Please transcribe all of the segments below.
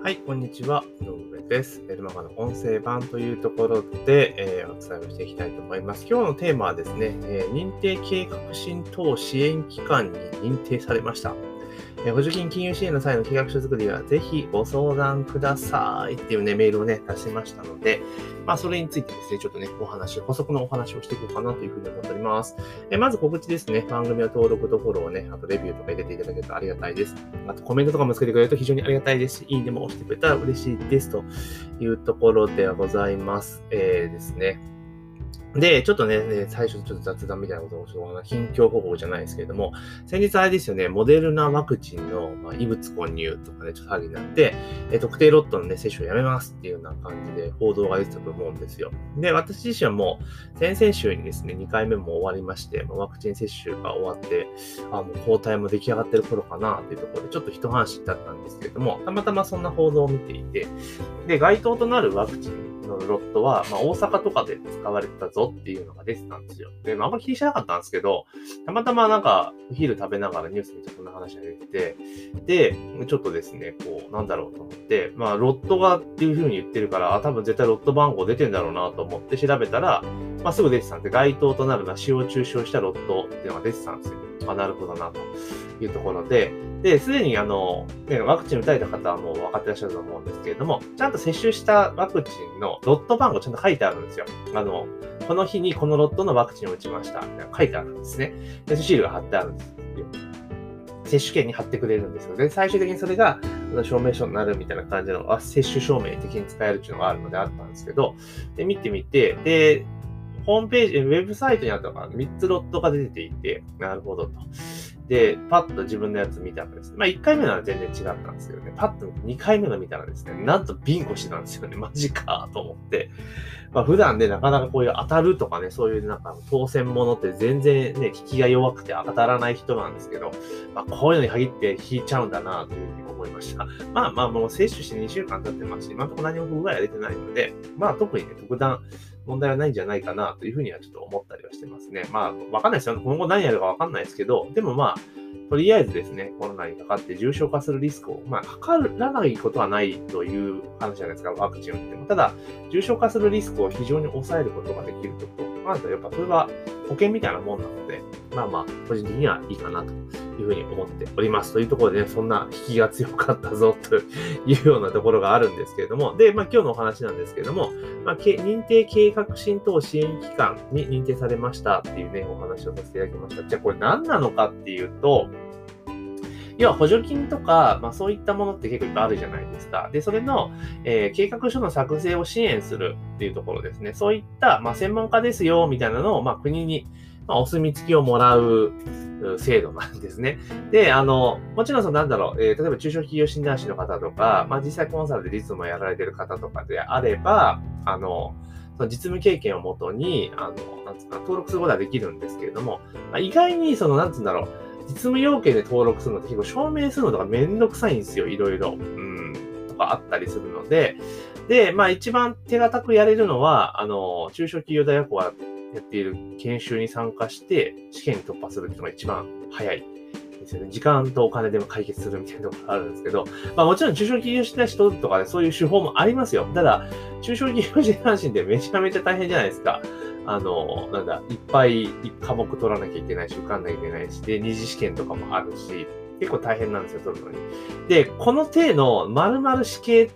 はい、こんにちは。井上です。メルマガの音声版というところで、お伝えをしていきたいと思います。今日のテーマはですね、認定計画浸透支援機関に認定されました。補助金金融支援の際の計画書作りはぜひご相談くださいっていうね、メールをね、出しましたので、それについてですね、ちょっとね、補足のお話をしていこうかなというふうに思っております。まず告知ですね、番組の登録とフォローをね、あとレビューとか入れていただけるとありがたいです。あとコメントとかもつけてくれると非常にありがたいですし、いいねも押してくれたら嬉しいですというところではございます。ですね。で、ちょっとね、最初ちょっと雑談みたいなことを近況報告じゃないですけれども、先日あれですよね、モデルナワクチンの、異物混入とかね、ちょっと騒ぎになって、特定ロットのね、接種をやめますっていうような感じで報道が出てたと思うんですよ。で、私自身はもう、先々週にですね、2回目も終わりまして、ワクチン接種が終わって、もう抗体も出来上がってる頃かなっていうところで、ちょっと一安心だったんですけれども、たまたまそんな報道を見ていて、で、該当となるワクチンのロットは、大阪とかで使われてたぞっていうのが出てたんですよ。で、あんまり気にしなかったんですけど、たまたまなんか、お昼食べながらニュース見てそんな話が出てて、で、ちょっとですね、なんだろうと思って、ロットがっていう風に言ってるから、多分絶対ロット番号出てんだろうなと思って調べたら、すぐ出てたんで、該当となる使用中傷したロットっていうのが出てたんですよ。なるほどな、というところで、で、すでにワクチン打たれた方はもう分かってらっしゃると思うんですけれども、ちゃんと接種したワクチンのロット番号ちゃんと書いてあるんですよ。この日にこのロットのワクチンを打ちました。みたいな書いてあるんですね。で、シールが貼ってあるんですよ。接種券に貼ってくれるんですよ。で、最終的にそれが証明書になるみたいな感じの、接種証明的に使えるっていうのがあるのであったんですけど、で、見てみて、で、ホームページ、ウェブサイトにあったのが3つロットが出ていて、なるほどと。で、パッと自分のやつ見たらですね、1回目なら全然違ったんですけどね、パッと2回目の見たらですね、なんとビンゴしてたんですよね。マジかと思って。普段でなかなかこういう当たるとかね、そういう当選ものって全然ね、引きが弱くて当たらない人なんですけど、こういうのに限って引いちゃうんだなというふうに思いました。もう接種して2週間経ってますし、今のところ何も不具合は出てないので、特にね、特段問題はないんじゃないかなというふうにはちょっと思ったりはしてますね。わかんないですよ。今後何やるかわかんないですけど、でもとりあえずですね、コロナにかかって重症化するリスクを、かからないことはないという話じゃないですか、ワクチンを打っても。ただ、重症化するリスクを非常に抑えることができること。やっぱそれは保険みたいなもんなので、個人的にはいいかなというふうに思っております。というところでね、そんな引きが強かったぞというようなところがあるんですけれども、で、今日のお話なんですけれども、認定計画浸透支援機関に認定されましたっていうね、お話をさせていただきました。じゃあこれ何なのかっていうと、要は補助金とか、そういったものって結構いっぱいあるじゃないですか。で、それの、計画書の作成を支援するっていうところですね。そういった、専門家ですよ、みたいなのを、国に、お墨付きをもらう制度なんですね。で、もちろん例えば中小企業診断士の方とか、実際コンサルで実務をやられている方とかであれば、その実務経験をもとに、登録することはできるんですけれども、意外に実務要件で登録するのって結構証明するのとかめんどくさいんですよ、いろいろ。とかあったりするので。で、一番手堅くやれるのは、中小企業大学はやっている研修に参加して、試験に突破するっていうのが一番早いですよね。時間とお金でも解決するみたいなところがあるんですけど、もちろん中小企業診断士取るとかでそういう手法もありますよ。ただ、中小企業診断士ってめちゃめちゃ大変じゃないですか。いっぱい科目取らなきゃいけないし、受かんなきゃいけないし、で、二次試験とかもあるし、結構大変なんですよ、取るのに。で、この手の〇〇試験って、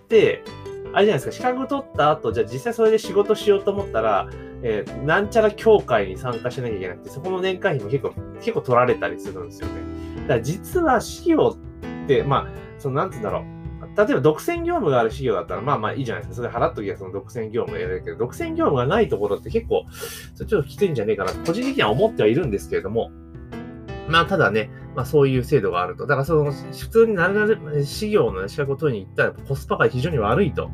あれじゃないですか、資格取った後、じゃあ実際それで仕事しようと思ったら、なんちゃら協会に参加しなきゃいけなくて、そこの年会費も結構取られたりするんですよね。だから実は事業って、例えば独占業務がある事業だったら、いいじゃないですか。それ払っときゃその独占業務をやれるけど、独占業務がないところって結構、ちょっときついんじゃねえかな、個人的には思ってはいるんですけれども、ただね、そういう制度があると。だから普通になる事業の資格を取りに行ったらコスパが非常に悪いと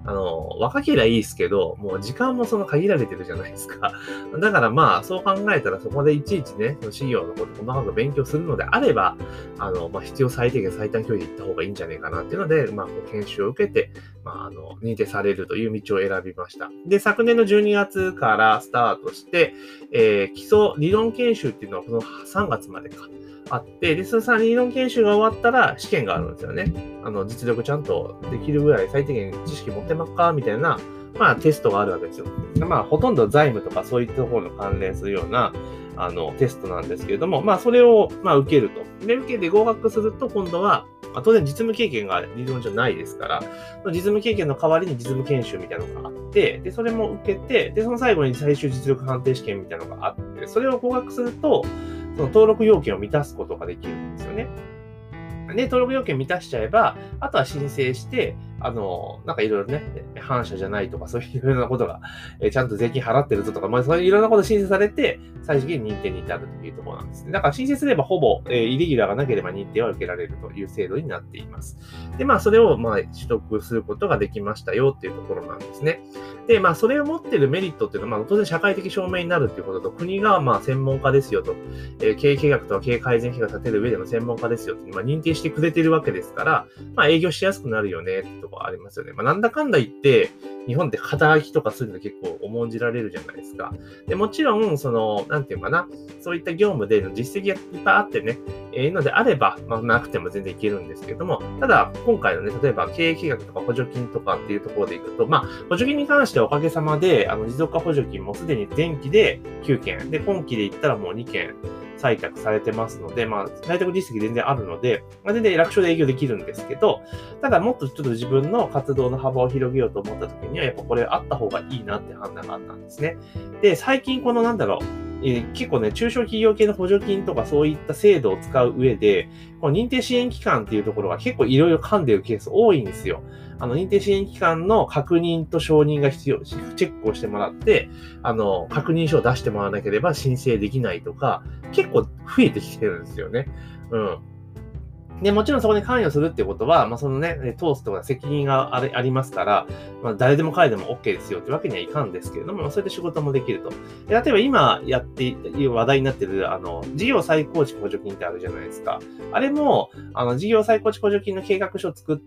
若ければいいですけど、もう時間もその限られてるじゃないですか。だからまあ、そう考えたらそこでいちいちね、その資料のこと細かく勉強するのであれば、必要最低限最短距離で行った方がいいんじゃないかなっていうので、研修を受けて、認定されるという道を選びました。で、昨年の12月からスタートして、基礎理論研修っていうのはこの3月までか。あって、で、その理論研修が終わったら試験があるんですよね。実力ちゃんとできるぐらい最低限知識持ってますかみたいな、テストがあるわけですよ。ほとんど財務とかそういったところの関連するような、テストなんですけれども、それを、受けると。で、受けて合格すると、今度は、当然実務経験が理論上ないですから、実務経験の代わりに実務研修みたいなのがあって、で、それも受けて、で、その最後に最終実力判定試験みたいなのがあって、それを合格すると、その登録要件を満たすことができるんですよね。で、登録要件満たしちゃえば、あとは申請して、いろいろね、反社じゃないとか、そういうようなことが、ちゃんと税金払ってるぞとか、そういういろんなこと申請されて、最終的に認定に至るというところなんですね。だから申請すればほぼ、イレギュラーがなければ認定は受けられるという制度になっています。で、それを、取得することができましたよっていうところなんですね。で、それを持っているメリットっていうのは、当然社会的証明になるっていうことと、国が、専門家ですよと、経営計画とか経営改善計画を立てる上での専門家ですよって、認定してくれてるわけですから、営業しやすくなるよねっていうところありますよね。なんだかんだ言って、日本って働きとかするの結構重んじられるじゃないですか。で、もちろん、そういった業務での実績がいっぱいあってね、のであれば、なくても全然いけるんですけれども、ただ、今回のね、例えば経営計画とか補助金とかっていうところでいくと、補助金に関してはおかげさまで、持続化補助金もすでに前期で9件、で、今期で言ったらもう2件採択されてますので、採択実績全然あるので、全然楽勝で営業できるんですけど、ただもっとちょっと自分の活動の幅を広げようと思った時には、やっぱこれあった方がいいなって判断があったんですね。で、最近この結構ね、中小企業系の補助金とかそういった制度を使う上で、この認定支援機関っていうところが結構いろいろ噛んでるケース多いんですよ。認定支援機関の確認と承認が必要、チェックをしてもらって、確認書を出してもらわなければ申請できないとか、結構増えてきてるんですよね。うん。で、もちろんそこに関与するってことは、通すとか責任がありますから、誰でも彼でも OK ですよってわけにはいかんですけれども、そういった仕事もできると。で、例えば今やっている話題になっている、事業再構築補助金ってあるじゃないですか。あれも、事業再構築補助金の計画書を作って、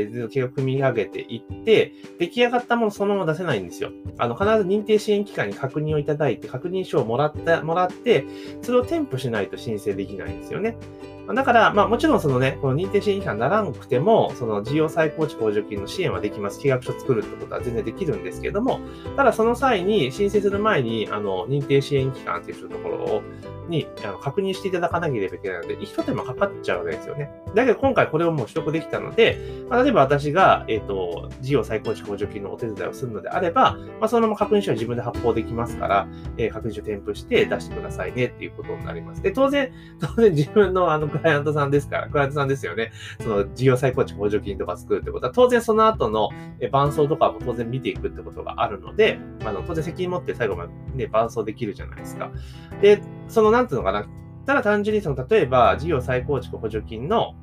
計画組み上げていって、出来上がったものそのまま出せないんですよ。必ず認定支援機関に確認をいただいて、確認書をもらって、それを添付しないと申請できないんですよね。だから、もちろんこの認定支援機関にならなくても、事業再構築補助金の支援はできます。計画書を作るってことは全然できるんですけれども、ただその際に、申請する前に、認定支援機関っていうところに確認していただかなければいけないので、一手間かかっちゃうわけですよね。だけど今回これをもう取得できたので、例えば私が、事業再構築補助金のお手伝いをするのであれば、そのまま確認書は自分で発行できますから、確認書添付して出してくださいねっていうことになります。で、当然自分のクライアントさんですから、クライアントさんですよね。その事業再構築補助金とか作るってことは、当然その後の伴走とかも当然見ていくってことがあるので、当然責任持って最後まで伴走できるじゃないですか。で、なんていうのかな。ただ単純に例えば事業再構築補助金の、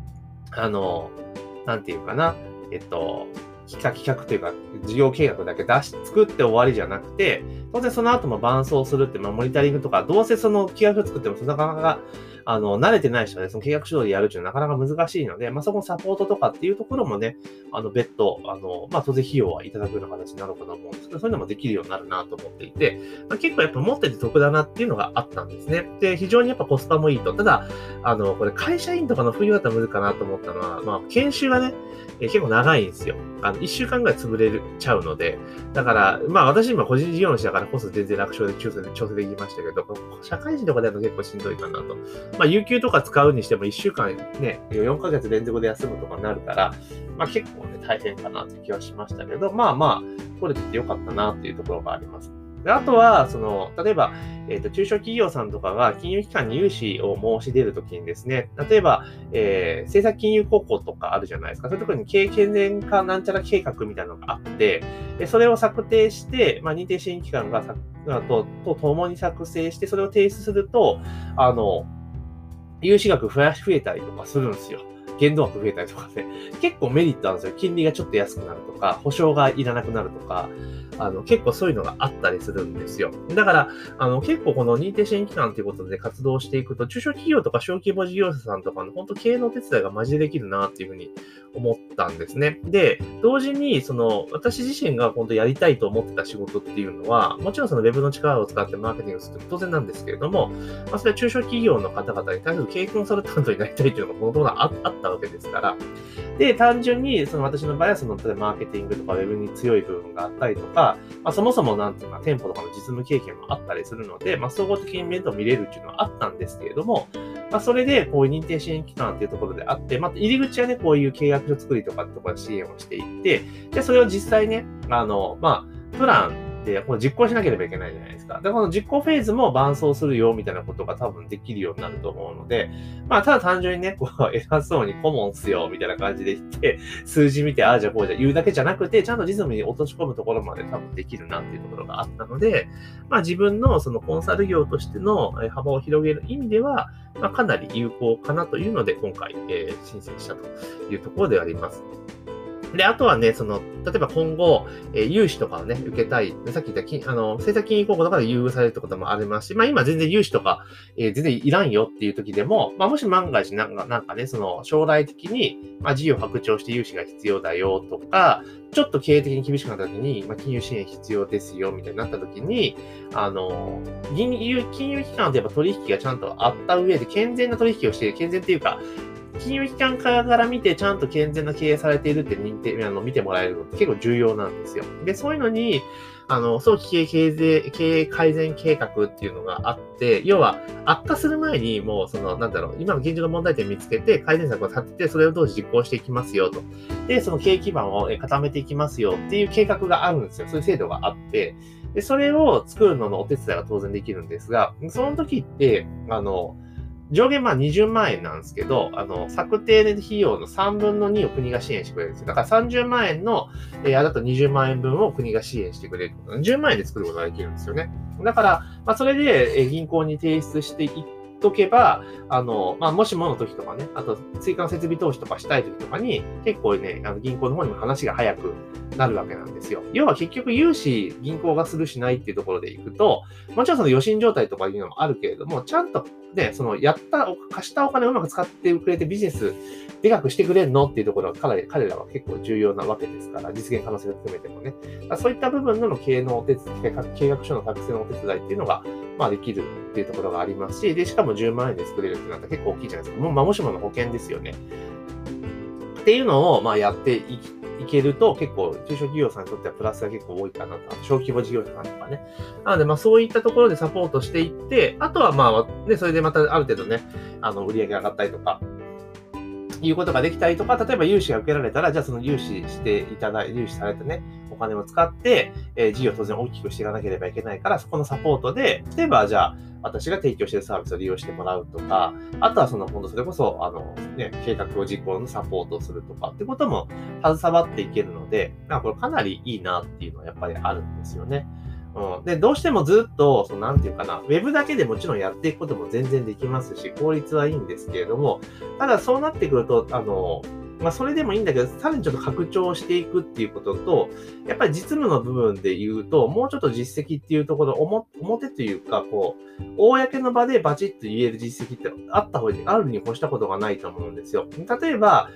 なんていうかな、企画というか、事業計画だけ作って終わりじゃなくて、当然その後も伴走するって、モニタリングとか、どうせその企画作っても、なかなか、慣れてない人はね、その計画書でやるっていうのはなかなか難しいので、そこのサポートとかっていうところもね、別途、当然費用はいただくような形になるかと思うんですけど、そういうのもできるようになるなと思っていて、結構やっぱ持ってて得だなっていうのがあったんですね。で、非常にやっぱコスパもいいと。ただ、これ会社員とかの冬だったら無理かなと思ったのは、研修がね、結構長いんですよ。1週間ぐらい潰れちゃうので、だから、私今個人事業主だからこそ全然楽勝で調整できましたけど、社会人とかだと結構しんどいかなと。有給とか使うにしても1週間ね、4ヶ月連続で休むとかになるから、結構ね、大変かなって気はしましたけど、取れててよかったなっていうところがあります。で、あとは、例えば、中小企業さんとかが金融機関に融資を申し出るときにですね、例えば、政策金融高校とかあるじゃないですか。そういうところに経営健全化なんちゃら計画みたいなのがあって、でそれを策定して、認定支援機関がと共に作成して、それを提出すると、融資額増えたりとかするんですよ。 限度額増えたりとかね、結構メリットあるんですよ。金利がちょっと安くなるとか、保証がいらなくなるとか、結構そういうのがあったりするんですよ。だから、結構この認定支援機関ということで活動していくと、中小企業とか小規模事業者さんとかの本当経営のお手伝いがマジでできるなっていうふうに思ったんですね。で、同時に、私自身が本当やりたいと思ってた仕事っていうのは、もちろんそのウェブの力を使ってマーケティングする当然なんですけれども、それは中小企業の方々に対する経営コンサルタントになりたいというのがもともとあったわけですから、で、単純に、私の場合は、例えばマーケティングとかウェブに強い部分があったりとか、そもそもなんていうか、店舗とかの実務経験もあったりするので、総合的に面倒見れるっていうのはあったんですけれども、それで、こういう認定支援機関っていうところであって、入り口はね、こういう契約書作りとかってところで支援をしていって、で、それを実際ね、プラン、で、これ実行しなければいけないじゃないですか。で、この実行フェーズも伴走するよ、みたいなことが多分できるようになると思うので、ただ単純にね、偉そうに顧問っすよ、みたいな感じで言って、数字見て、ああじゃこうじゃ言うだけじゃなくて、ちゃんと実務に落とし込むところまで多分できるなっていうところがあったので、自分のそのコンサル業としての幅を広げる意味では、かなり有効かなというので、今回、申請したというところであります。で、あとはね、例えば今後、融資とかをね、受けたい。さっき言った政策金融公庫とかで優遇されるってこともありますし、今全然融資とか、全然いらんよっていう時でも、もし万が一なんかね、将来的に、事業拡張して融資が必要だよとか、ちょっと経営的に厳しくなった時に、金融支援必要ですよ、みたいになった時に、金融機関とやっぱ取引がちゃんとあった上で、健全な取引をしている、健全っていうか、金融機関から見てちゃんと健全な経営されているって見てもらえるのって結構重要なんですよ。で、そういうのに、早期経営改善計画っていうのがあって、要は悪化する前にもう今の現状の問題点見つけて改善策を立てて、それを同時実行していきますよと。で、その経営基盤を固めていきますよっていう計画があるんですよ。そういう制度があって、で、それを作るののお手伝いが当然できるんですが、その時って、上限20万円なんですけど、策定費用の3分の2を国が支援してくれるんですよ。だから30万円の、だと20万円分を国が支援してくれる。10万円で作ることができるんですよね。だから、それで、銀行に提出していとけば、もしもの時とかね、あと追加の設備投資とかしたい時とかに、結構ね、銀行の方にも話が早くなるわけなんですよ。要は結局融資、銀行がするしないっていうところでいくと、もちろん余震状態とかいうのもあるけれども、ちゃんとね、貸したお金をうまく使ってくれてビジネスでかくしてくれんのっていうところが彼らは結構重要なわけですから、実現可能性を含めてもね。そういった部分の経営のお手伝い、計画書の作成のお手伝いっていうのが、できるっていうところがありますし、で、しかも10万円で作れるってなったら結構大きいじゃないですか。もしもの保険ですよね。っていうのを、やっていけると結構中小企業さんにとってはプラスが結構多いかなと。小規模事業者さんとかね。なので、そういったところでサポートしていって、あとはそれでまたある程度ね、売り上げ上がったりとか、いうことができたりとか、例えば融資が受けられたら、じゃあその融資されたね、お金を使って、事業を当然大きくしていかなければいけないから、そこのサポートで、例えばじゃあ、私が提供しているサービスを利用してもらうとか、あとは今度それこそ、計画を実行のサポートをするとかってことも携わっていけるので、これかなりいいなっていうのはやっぱりあるんですよね。で、どうしてもずっと、なんていうかな、ウェブだけでもちろんやっていくことも全然できますし、効率はいいんですけれども、ただそうなってくると、それでもいいんだけど、さらにちょっと拡張していくっていうことと、やっぱり実務の部分で言うと、もうちょっと実績っていうところ、表というか、公の場でバチッと言える実績ってあった方があるに越したことがないと思うんですよ。例えば、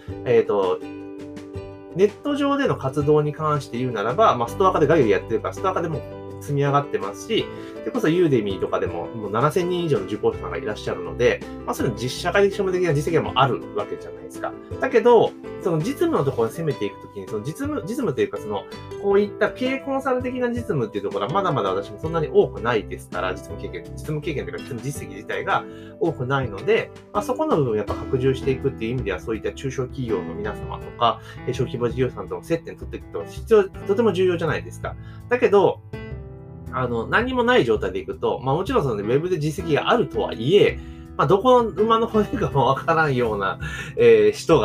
ネット上での活動に関して言うならば、ストア化でガリガリやってるから、ストア化でも積み上がってますし、それこそユーデミーとかでも7000人以上の受講者さんがいらっしゃるので、それの社会的証明的な実績もあるわけじゃないですか。だけど、その実務のところに攻めていくときに、その実務というかこういった経営コンサル的な実務っていうところはまだまだ私もそんなに多くないですから、実務経験というか実務実績自体が多くないので、そこの部分をやっぱ拡充していくっていう意味では、そういった中小企業の皆様とか、小規模事業者さんとの接点取っていくととても重要じゃないですか。だけど、何もない状態でいくと、もちろんウェブで実績があるとはいえ、どこの馬の骨かもわからんような、人が、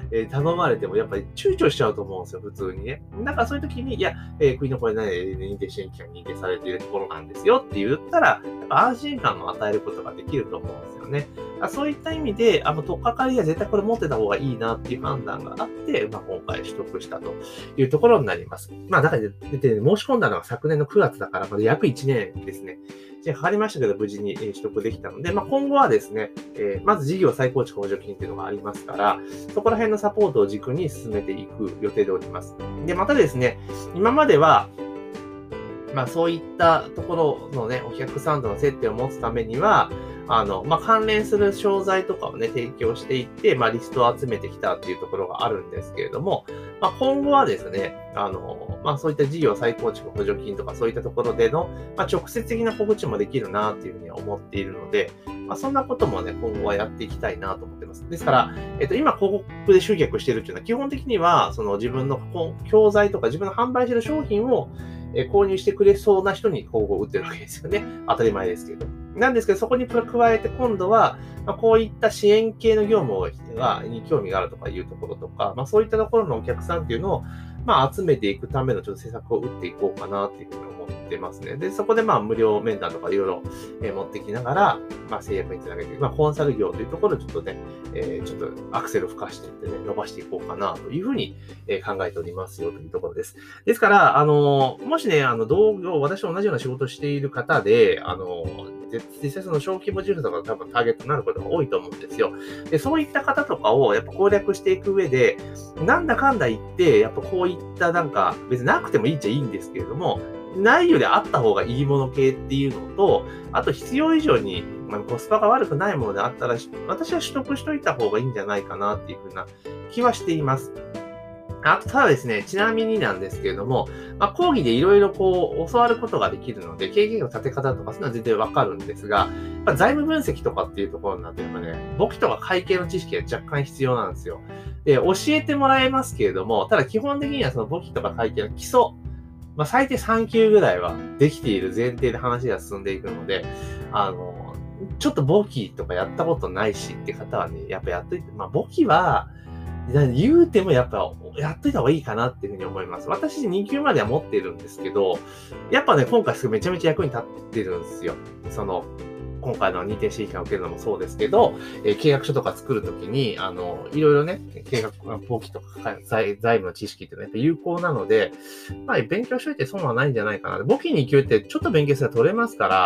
頼まれてもやっぱり躊躇しちゃうと思うんですよ、普通にね。だからそういう時に、いや、国のこれね、認定支援機関に認定されているところなんですよって言ったら、やっぱ安心感を与えることができると思うんですよね。そういった意味で、取っかかりは絶対これ持ってた方がいいなっていう判断があって、今回取得したというところになります。だから申し込んだのは昨年の9月だから、まだ約1年ですね。かかりましたけど、無事に取得できたので、今後はですね、まず事業再構築補助金っていうのがありますから、そこら辺のサポートを軸に進めていく予定でおります。で、またですね、今までは、そういったところのね、お客さんとの接点を持つためには、関連する商材とかをね、提供していって、リストを集めてきたっていうところがあるんですけれども、今後はですね、そういった事業再構築補助金とかそういったところでの、直接的な告知もできるなっていうふうには思っているので、そんなこともね、今後はやっていきたいなと思ってます。ですから、今広告で集客しているっていうのは、基本的には、その自分の教材とか自分の販売している商品を購入してくれそうな人に広告を売ってるわけですよね。当たり前ですけど。なんですけど、そこに加えて今度は、こういった支援系の業務に興味があるとかいうところとか、そういったところのお客さんっていうのを、集めていくためのちょっと施策を打っていこうかなっていうふうに思ってますね。で、そこで無料面談とかいろいろ持ってきながら、制約につなげていく。コンサル業というところでちょっとね、ちょっとアクセルを吹かしていってね、伸ばしていこうかなというふうに考えておりますよというところです。ですから、もしね、同業、私と同じような仕事をしている方で、実際その小規模事業とかが多分ターゲットになることが多いと思うんですよ。で、そういった方とかをやっぱ攻略していく上で、なんだかんだ言って、やっぱこういった別になくてもいいっちゃいいんですけれども、ないよりあった方がいいもの系っていうのと、あと必要以上にコスパが悪くないものであったら、私は取得しといた方がいいんじゃないかなっていうふうな気はしています。ただですね、ちなみになんですけれども、講義でいろいろ教わることができるので、経営計画の立て方とかそういうのは全然わかるんですが、財務分析とかっていうところになってやっぱね、簿記とか会計の知識が若干必要なんですよ。で、教えてもらえますけれども、ただ基本的にはその簿記とか会計の基礎、最低3級ぐらいはできている前提で話が進んでいくので、ちょっと簿記とかやったことないしって方はね、やっぱやっといて、簿記は、言うてもやっぱやっといた方がいいかなっていうふうに思います。私2級までは持っているんですけど、やっぱね、今回めちゃめちゃ役に立ってるんですよ。今回の認定支援機関を受けるのもそうですけど、契約書とか作るときに、いろいろね、簿記とか財務の知識ってね、やっぱ有効なので、勉強しといて損はないんじゃないかな。簿記2級ってちょっと勉強すれば取れますから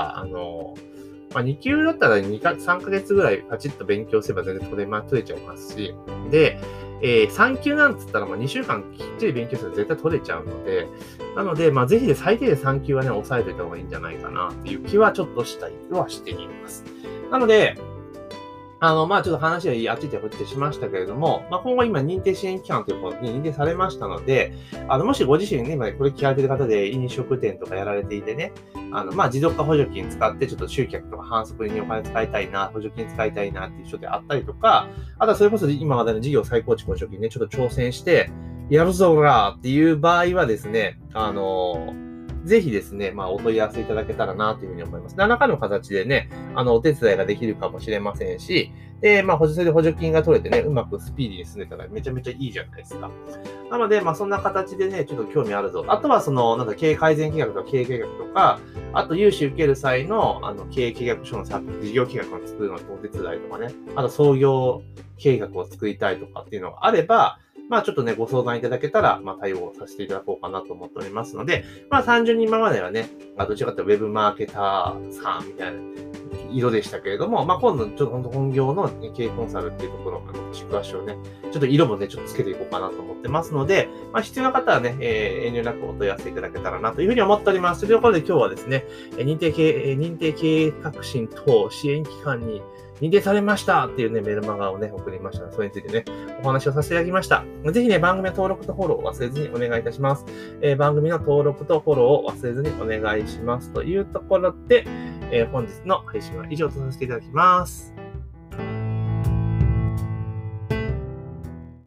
、2級だったら3ヶ月ぐらいパチッと勉強すれば全然取れちゃいますし、で、3級なんつったら2週間きっちり勉強すれば絶対取れちゃうので、なので、ぜひで最低で3級はね、押さえておいた方がいいんじゃないかなっていう気はちょっとしたりはしています。なので、ちょっと話があっちでこっちでしましたけれども、今後今認定支援機関ということに認定されましたので、もしご自身ね、今これ聞かれている方で飲食店とかやられていてね、持続化補助金使ってちょっと集客とか反則にお金使いたいな、補助金使いたいなっていう人であったりとか、あとはそれこそ今までの事業再構築補助金ね、ちょっと挑戦して、やるぞーっていう場合はですね、ぜひですね、お問い合わせいただけたらなというふうに思います。何らかの形でね、お手伝いができるかもしれませんし、で、それで補助金が取れてね、うまくスピーディーに進んでたらめちゃめちゃいいじゃないですか。なので、そんな形でね、ちょっと興味あるぞ。あとは、経営改善計画とか経営計画とか、あと、融資受ける際の、経営計画書の事業計画を作るのお手伝いとかね、あと、創業計画を作りたいとかっていうのがあれば、ちょっとね、ご相談いただけたら、対応させていただこうかなと思っておりますので、単純に今まではね、どちらかというとウェブマーケターさんみたいな色でしたけれども、今度ちょっと本当本業の経営コンサルっていうところの軸足をね、ちょっと色もね、ちょっとつけていこうかなと思ってますので、必要な方はね、遠慮なくお問い合わせいただけたらなというふうに思っております。というところで今日はですね、認定経営革新等支援機関に認定されましたっていうね、メルマガをね、送りましたので、それについてね、お話をさせていただきました。ぜひね、番組の登録とフォローを忘れずにお願いいたします。番組の登録とフォローを忘れずにお願いします。というところで、本日の配信は以上とさせていただきます。